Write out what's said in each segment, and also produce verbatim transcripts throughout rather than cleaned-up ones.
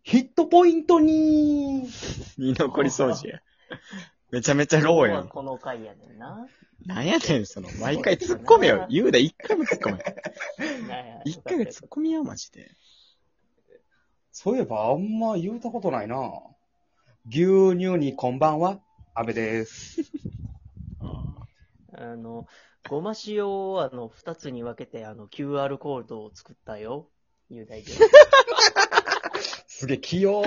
ヒットポイントに居残り掃除や。めちゃめちゃローやん。 この回やねんな。 なんやねん、その、毎回突っ込めよ。言うで一回も突っ込め。一回が突っ込みや、マジで。 そういえばあんま言うたことないな。牛乳にこんばんは、安倍です。 あの、ごま塩をあの、二つに分けて、あの、キューアール コードを作ったよ。雄大です。 すげえ器用。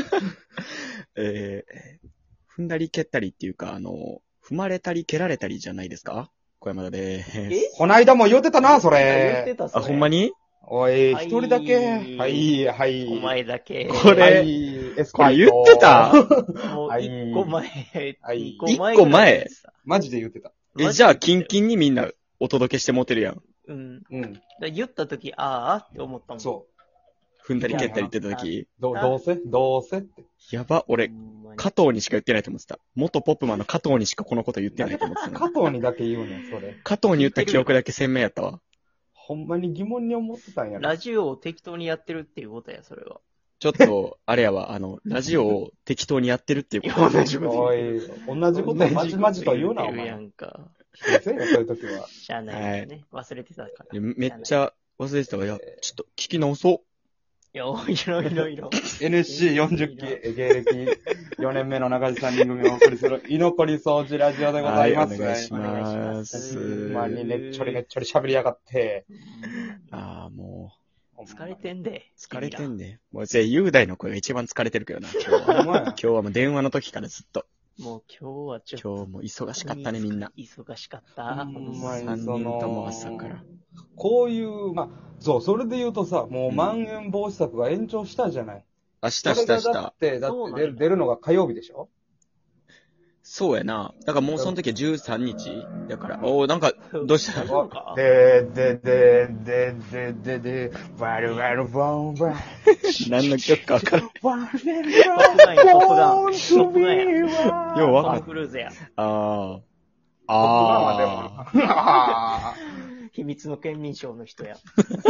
えー、踏んだり蹴ったりっていうか、あの、踏まれたり蹴られたりじゃないですか？小山田でーす。 えこないだも言うてたな、そ言ってれ。 た、そあ、 れ。 ほんまに？ おい、 はい一人だけ。はい、はい。 お前だけ。 これはいエスこれ言ってた？ もうはい一個前。 はい一個前。 一個前マジで言ってた。 え、じゃあ、キンキンにみんなお届けして持てるやん。 うん。 うん。 だから言ったとき、ああって思ったもん。 そ踏んだり蹴ったり言ってた時。 う。ど、どうせどうせって。 やば、俺、加藤にしか言ってないと思ってた。元ポップマンの加藤にしかこのこと言ってないと思ってた加の。 藤にだけ言うねん、それ。 加藤に言った記憶だけ鮮明やったわ。 ほんまに疑問に思ってたんやろ。 ラジオを適当にやってるっていうことや、それは。 ちょっと、あれやわ、あの、ラジオを適当にやってるっていうこと。 同じこと言おうい、同じことまじまじと言うな、お同じこと言ってるや前。 んか。 先生よ、そういう時は。 しゃあないよね。忘れてたから。 めっちゃ忘れてたわ。いや、ちょっと聞き直そう。 いや、いろいろいろ。 エヌシーよんじゅっ 期、芸歴よねんめの中地さんにん組をお送りする、居残り掃除ラジオでございます。 はい、お願いしお願いしま。 ますすほんまにねっちょりねっちょり喋りやがって。 ああ、も疲れてんで。 う、疲れてんで。もう、ぜ、雄大の声が一番疲れてるけどな、今日は。 ほんまや今日はもう電話の時からずっと。 もう今日はちょっと。 今日も忙しかったね、みんな。 忙しかった。 ほんまに三人とも朝から。 こういう、まあ、そう、それで言うとさ、もうまん延防止策が延長したじゃない。 明日、明日、明それがだ日っ。て、だって出る出るのが火曜日でしょ。 そうやな。だからもうその時はじゅうさんにちだから、おー、なんか、どうしたそうかで、で、で、で、で、で、で、ワルワルボンボン。 何の曲かわからん。 ワルワルトップガンや、トップガン。トップガンや。トム・ようわかっクルーズや。 ああ。 ああ。 あでも。あ秘密の県民賞の人や。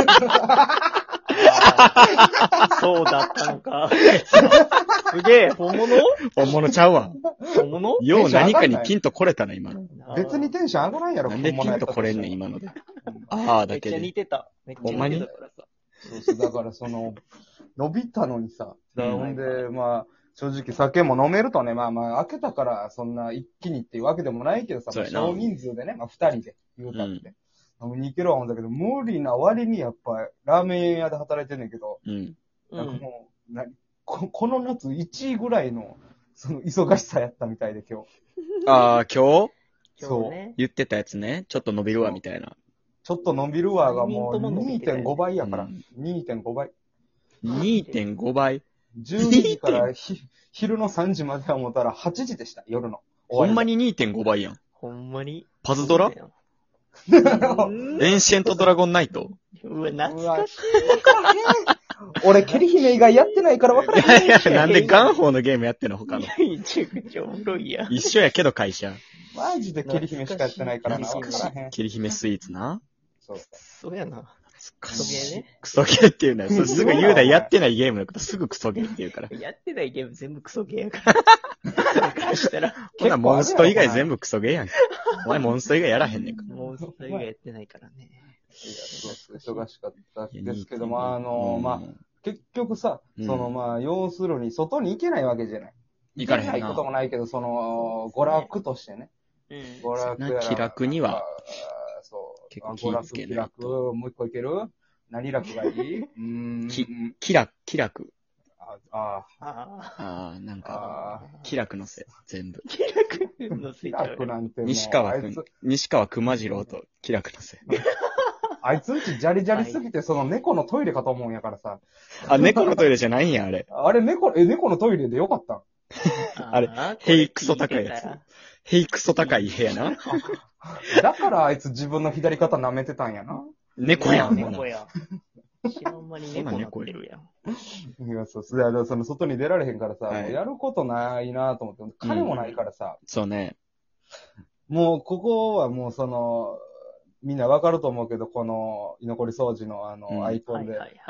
あーそうだったのか。すげえ、本物本物ちゃうわ。 本物よう何かにピンと来れたな、今の。 ー別にテンション上がらんやろ、 なんでピンと来れんねん、今ので。ああ、 めっちゃだけで。 似てた。めっちゃ似てたからさ。 そうそう、だからその、伸びたのにさ、だからほんうんで、まあ、正直酒も飲めるとね、まあまあ、開けたからそんな一気にっていうわけでもないけどさ、 そうやな少人数でね、まあ二人で言うたって。飲みに行けるわ思うんだけど、無理な割にやっぱ、ラーメン屋で働いてんねんけど、 うん。 うん。 なんかもう、なここの夏いちいぐらいの、その忙しさやったみたいで今日。 ああ、今日今日ね。 言ってたやつね。ちょっと伸びるわ、みたいな。 ちょっと伸びるわがもう三人とも伸びてたよねにてんごばいやから、 うんにてんごばい。 にてんごばい。 じゅうにじからひ昼のさんじまでは思ったらはちじでした、夜の。 ほんまに にてんごばいやん。 ほんまに。 パズドラうんエンシェントドラゴンナイトうわ、懐かしい。 俺、ケリ姫以外やってないから分からいやいや、なんでガンホーのゲームやってんの他の。 めちゃくちゃおもろいやん。 一緒やけど会社。 マジでケリ姫しかやってないからな、分からへん。 キリ姫スイーツな。 そう。 そうやな。クソゲーね。 クソゲーっていうのは、それすぐ言うな、やってないゲームのことすぐクソゲーって言うから。 やってないゲーム全部クソゲーやから。だからしたら、 ほな、モンスト以外全部クソゲーやん。お前モンスト以外やらへんねんから。 もうそれがやってないからね。 いやそうそう忙しかったいや。 ですけど、まあ、あの、まあ、 うん結局さ、 うんその、まあ、要するに、外に行けないわけじゃない。 行かれへんな行けないこともないけど、その、娯楽としてね。 うん。 娯楽やら。 気楽にはあー。そう。 結構あ娯楽、 気ぃつけ気ないと楽、もう一個いける何楽がいいうーん。 き気楽、気楽。 ああああ。 ああ、なんか、 あ気楽のせい、全部。 気楽のせー、気いちゃう楽なんてもう、 西川くんあいつ、、 西川熊次郎と気楽のせい。 あいつんちジャリジャリすぎて、その猫のトイレかと思うんやからさ。 あ、猫のトイレじゃないんや、あれ。 あれ猫、え、猫のトイレでよかったんあれーヘイクソ高いやつ。 これ聞てヘイクソ高い部屋な。 だからあいつ自分の左肩舐めてたんやな。 たら猫やん、ほな猫やん。知らん間に猫なってるやん。 いや、そう、いや、だからその外に出られへんからさ、 はいもうやることないなと思って、金もないからさ、 そうね。 もうここはもうその、みんなわかると思うけど、この居残り掃除のあの、 うんアイコンで、 はいはいはい。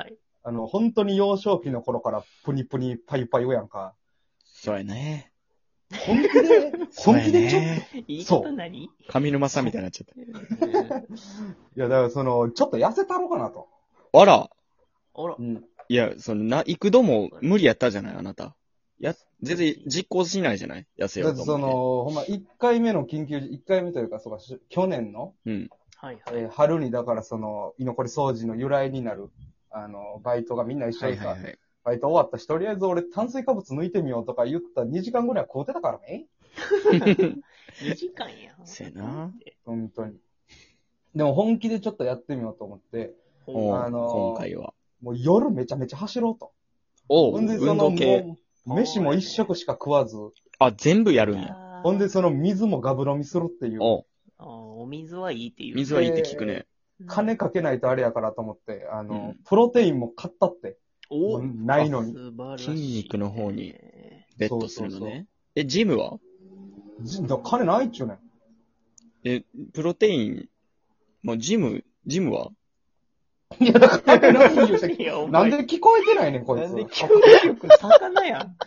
あの、本当に幼少期の頃からプニプニパイパイやんか。 そうやね。 本気で、 そうや本気でちょっと、 ね。 言いそう方何上沼さんみたいになっちゃっいや、だからその、ちょっと痩せたろうかなと。 た。あら。 あらう。ん。 いや、そのな、幾度も無理やったじゃない、あなた。や、全然実行しないじゃない痩せよだってそうと思って。 の、ほんま、いっかいめの緊急時、いっかいめというか、そうか、し去年の、 うん。 はいはい。 えー春に、だからその、居残り掃除の由来になる、あの、バイトがみんな一緒にさ、 はいはいはい。 バイト終わったし、とりあえず俺炭水化物抜いてみようとか言ったにじかんぐらいは食うてたからね。 にじかんや。 せやな。 本当に。でも本気でちょっとやってみようと思って、 おうあのー今回は。 もう夜めちゃめちゃ走ろうと。 おうほんで、そ運の、 動系。 もう飯も一食しか食わず、 あ、全部やるんや。 あーほんで、その水もガブ飲みするっていう。 おうあーお水はいいっていう。 水はいいって聞くね。 金かけないとあれやからと思って、あの、 うんプロテインも買ったって。 おもうないのに。 素晴らしい。 筋肉の方にベッドするのそうそうね。え、ジムはじだ金ないっちゅうねん。 え、プロテイン、もうジム、ジムはいや、だから金ないよ。 いや、お前なんで聞こえてないねん、こいつ。 なんで急に力魚やん。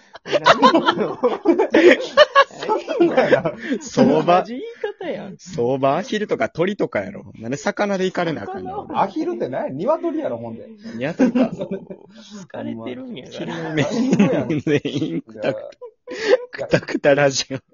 何なんやな相場同、じ言い方やん。 相場アヒルとか鳥とかやろ。なんで魚で行かれなあかんのアヒルって何鶏やろ、ほんで。 ニワトリか。 疲れてるんやから。 メイン、全員くたくくたくたラジオ。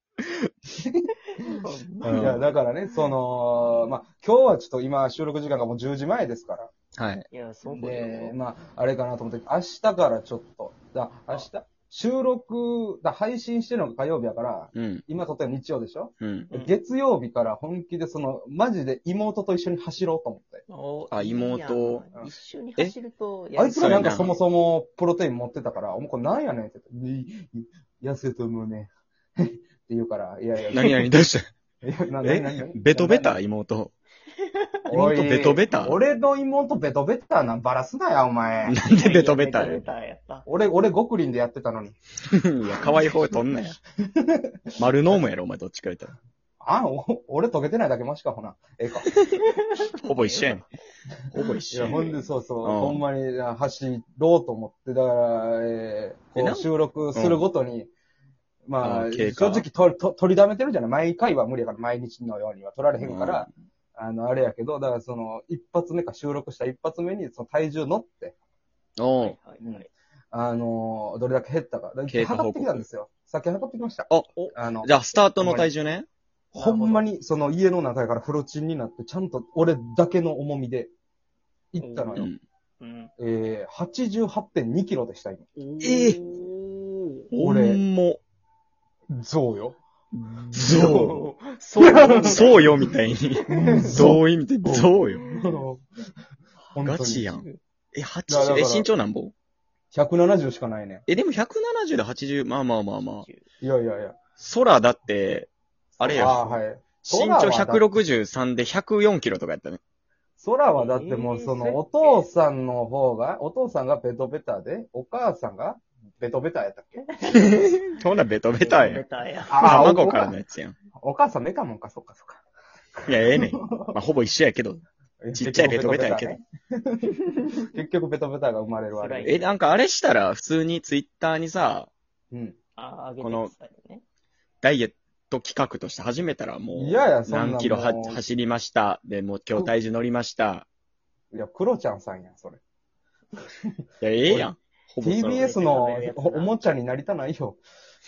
いや、だからね、その、まあ、今日はちょっと今収録時間がもうじゅうじまえですから。 はい。 いや、そうで、 よ。 まあ、あれかなと思って、明日からちょっと、だ明日収録、だ配信してるのが火曜日やから、 うん。 今とっては日曜でしょ、 うん。 うん月曜日から本気でその、マジで妹と一緒に走ろうと思って。 おあ妹いいやん一緒に走ると、 あいつらなんかそやなそうもそもプロテイン持ってたから、お前これなんやねんって言って、いい痩せと思うね。って言うから、いやいや。 何々どうしたいやなえななベトベタ妹。 おい妹ベトベタ俺の妹ベトベタなんバラすなや、お前。 なんでベトベタやベトベタやった。 俺、俺、ゴクリンでやってたのに。 いや、可愛い方とんなや。丸ノームやろ、お前どっちか言ったら。 あ、お俺溶けてないだけマシか、ほな。ええか。 ほぼ一緒やねん。ほぼ一いや、 緒やねん。 ほんで、そうそう、 うんほんまにあ走ろうと思って、だから、えー、 えなこう収録するごとに、まあ、 あ経過正直とと取りだめてるじゃない。毎回は無理やから、毎日のようには取られへんから、あの、あれやけど、だからその、一発目か収録した一発目に、その体重乗って、 おう。 はいはい。 あのーどれだけ減ったか。だ経過報告測ってきたんですよ。さっき測ってきました。 あ、 あの、 じゃあ、スタートの体重ね。 ほんまに、その家の中やからフロチンになって、ちゃんと俺だけの重みで行ったのよ。 うん。 うん。 えー、はちじゅうはちてんにキロでした、今。 ええ俺ほんも。 そうよ。 ゾそうウ。そうよ、みたいに。どういう意味で、そうよ。 本当にガチやん。え、 いやだはちじゅう、 からえ、身長なんぼひゃくななじゅうしかないねえ、でもひゃくななじゅうではちじゅう、まあまあまあまあ。 ん。いやいやいや。 空だって、あれや。 ああ、はい。 身長ひゃくろくじゅうさんでひゃくよんキロとかやったね。 空はだってもうその、お父さんの方が、お父さんがベトベタで、お母さんがベトベタやったっけそんなベトベタやん。 ベタや。 あ卵からのやつやん。 お母さんメカモンか、そっかそっか。 いや、ええねん。まあ、ほぼ一緒やけど。ちっちゃいベトベタやけど。 結局ベトベタが生まれるあれ。 え、なんかあれしたら、普通にツイッターにさ、 うん。 あ、あげてこのくださいね。 ダイエット企画として始めたらもう、 いやいやそんな何キロはもう走りました。で、もう今日体重乗りました。 いや、クロちゃんさんやん、それ。 いや、ええやん。ほぼそティービーエス のそういうおおもちゃになりたないよ。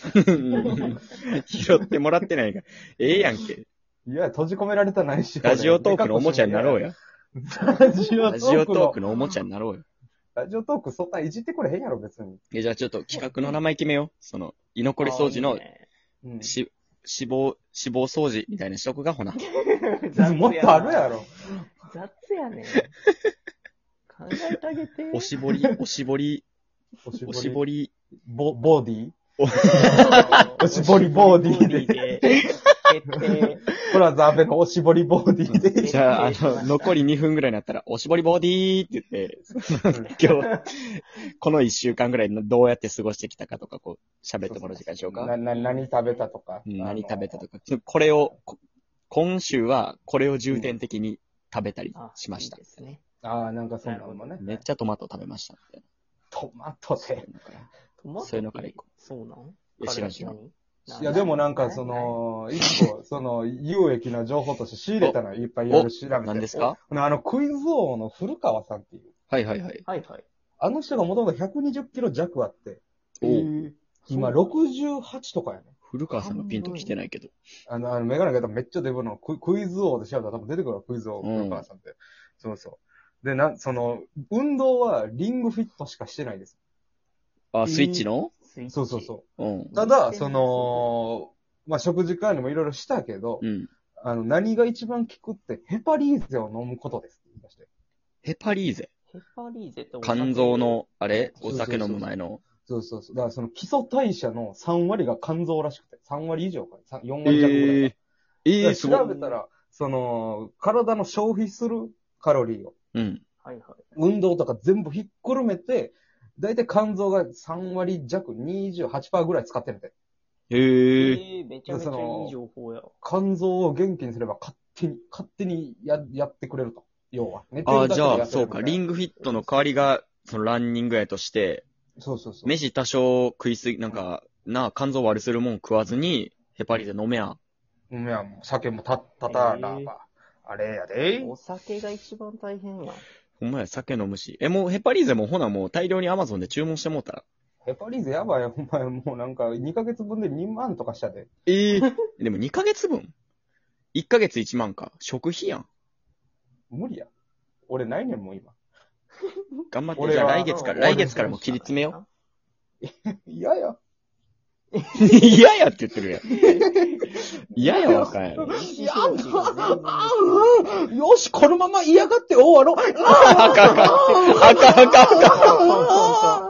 拾ってもらってないから。ええやんけ。 いや、閉じ込められたないし。 ラジオトークのおもちゃになろうや。 や。 ラジオトラジオトーークのクのおもちゃになろうよ。 ラジオトークそんないじってくれへんやろ、別に。 え、じゃあちょっと企画の名前決めよう。その、居残り掃除のあいいねうん。 し、死亡、死亡掃除みたいなしとくがほな。 もっとあるやろ。 雑やねん。考えてあげて。 おしぼり、おしぼり、 おしおしぼり、 ボ、ボディおおしぼりボディで。 で。決定。 これはザーベのおしぼりボディで。 じゃあ、あの、残りにふんぐらいになったら、おしぼりボディーって言って、今日、このいっしゅうかんぐらいのどうやって過ごしてきたかとか、こう、喋ってもらう時間でしょうか。 な、な、何食べたとか。 うん何食べたとか。 か。これを、こ今週はこれを重点的に食べたりあしましたいい。ですね。 ああ、なんかそんなのもね。 めっちゃトマト食べましたみたいトマトな。そうでいう。のからトマトそういうのから行こそうなんいや知らん知らん何いや、でもなんかそ、の、一個、その、有益な情報として仕入れたのいっぱいいろいろ調べて。 何ですか？ あの、クイズ王の古川さんっていう。 はいはいはい。 はいはい。 あの人がもともとひゃくにじゅっキロ弱あって、 おー今ろくじゅうはちとかやね。 古川さんがピンと来てないけど。 あの、あの、メガネがめっちゃデブのククイズ王で調べたら多分出てくるわ、クイズ王、古川さんって。そうそう。で、な、その、運動はリングフィットしかしてないです。 あ、スイッチのスイッチそうそうそう。 うん。 ただ、その、まあ、食事管理もいろいろしたけど、 うん。 あの、何が一番効くって、ヘパリーゼを飲むことですって言いまして。 ヘパリーゼ。 ヘパリーゼってお酒肝臓の、あれおそうそうそう酒飲む前の。 そうそうそう。だからその基礎代謝のさん割が肝臓らしくて、さん割以上か、さん よん割弱ぐらいか。 えー、えー、 だからすごい。 調べたら、その、体の消費するカロリーを、 うん。 はいはい。 運動とか全部ひっくるめて、だいたい肝臓がさん割弱、にじゅうはちパーセントぐらい使ってるんで。 へえ。 えー、めちゃめちゃいい情報や。 肝臓を元気にすれば勝手に、勝手にや、やってくれると。要は。寝てああ、 るだけでじゃあ、そうか。 やってるみたいなリングフィットの代わりが、そのランニングやとして、 そうそうそう。 飯多少食いすぎ、なんか、なあ、肝臓悪するもん食わずに、ヘパリーゼ飲めや。 うん、いや、もう酒もた、たたらば、 えーあれやで。 お酒が一番大変やん。 ほんまや、酒飲むし。え、もうヘパリーゼもほなもう大量にアマゾンで注文してもうたら。 ヘパリーゼやばいよ、お前もうなんかにかげつぶんでにまんとかしたで。 ええでもにかげつぶん ?いっ ヶ月いちまんか。食費やん。 無理や。俺ないねん、もう今。 頑張って。 俺はじゃあ来月から、来月からもう切り詰めよ嫌や。 う。嫌やって言ってるやん。嫌やわかんやろ。 やだよし、このまま嫌がって終わろう。 あかんあかん。あかんあかんあかん。